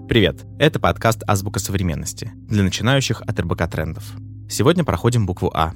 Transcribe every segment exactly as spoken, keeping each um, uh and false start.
Привет, это подкаст «Азбука современности» для начинающих от эр бэ ка трендов. Сегодня проходим букву А.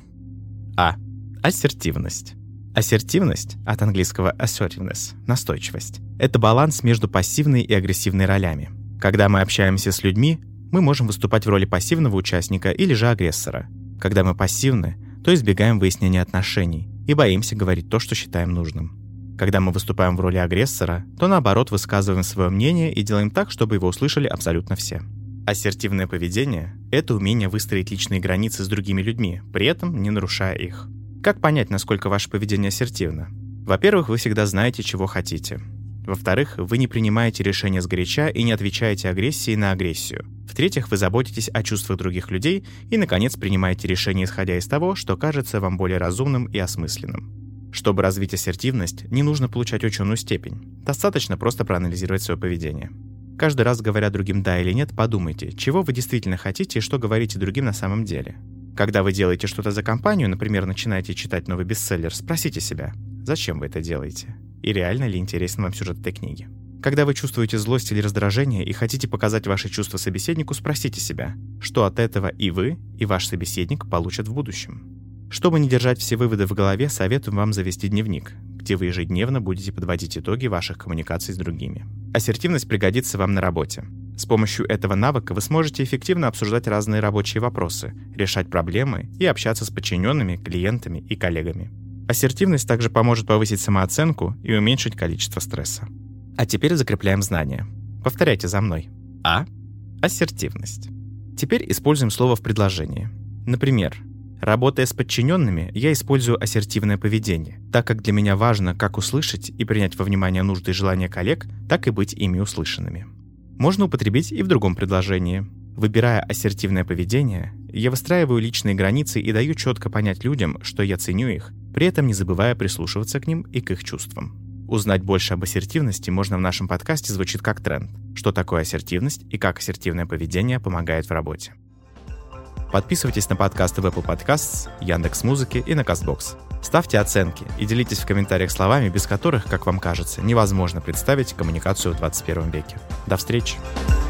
А. Ассертивность. Ассертивность, от английского assertiveness, настойчивость, это баланс между пассивной и агрессивной ролями. Когда мы общаемся с людьми, мы можем выступать в роли пассивного участника или же агрессора. Когда мы пассивны, то избегаем выяснения отношений и боимся говорить то, что считаем нужным. Когда мы выступаем в роли агрессора, то наоборот высказываем свое мнение и делаем так, чтобы его услышали абсолютно все. Ассертивное поведение — это умение выстроить личные границы с другими людьми, при этом не нарушая их. Как понять, насколько ваше поведение ассертивно? Во-первых, вы всегда знаете, чего хотите. Во-вторых, вы не принимаете решения сгоряча и не отвечаете агрессией на агрессию. В-третьих, вы заботитесь о чувствах других людей и, наконец, принимаете решения, исходя из того, что кажется вам более разумным и осмысленным. Чтобы развить ассертивность, не нужно получать ученую степень. Достаточно просто проанализировать свое поведение. Каждый раз, говоря другим «да» или «нет», подумайте, чего вы действительно хотите и что говорите другим на самом деле. Когда вы делаете что-то за компанию, например, начинаете читать новый бестселлер, спросите себя, зачем вы это делаете? И реально ли интересен вам сюжет этой книги? Когда вы чувствуете злость или раздражение и хотите показать ваши чувства собеседнику, спросите себя, что от этого и вы, и ваш собеседник получат в будущем. Чтобы не держать все выводы в голове, советуем вам завести дневник, где вы ежедневно будете подводить итоги ваших коммуникаций с другими. Ассертивность пригодится вам на работе. С помощью этого навыка вы сможете эффективно обсуждать разные рабочие вопросы, решать проблемы и общаться с подчиненными, клиентами и коллегами. Ассертивность также поможет повысить самооценку и уменьшить количество стресса. А теперь закрепляем знания. Повторяйте за мной. А. Ассертивность. Теперь используем слово в предложении. Например, работая с подчиненными, я использую ассертивное поведение, так как для меня важно как услышать и принять во внимание нужды и желания коллег, так и быть ими услышанными. Можно употребить и в другом предложении. Выбирая ассертивное поведение, я выстраиваю личные границы и даю четко понять людям, что я ценю их, при этом не забывая прислушиваться к ним и к их чувствам. Узнать больше об ассертивности можно в нашем подкасте «Звучит как тренд», что такое ассертивность и как ассертивное поведение помогает в работе. Подписывайтесь на подкасты в Apple Podcasts, Яндекс.Музыке и на Castbox. Ставьте оценки и делитесь в комментариях словами, без которых, как вам кажется, невозможно представить коммуникацию в двадцать первом веке. До встречи!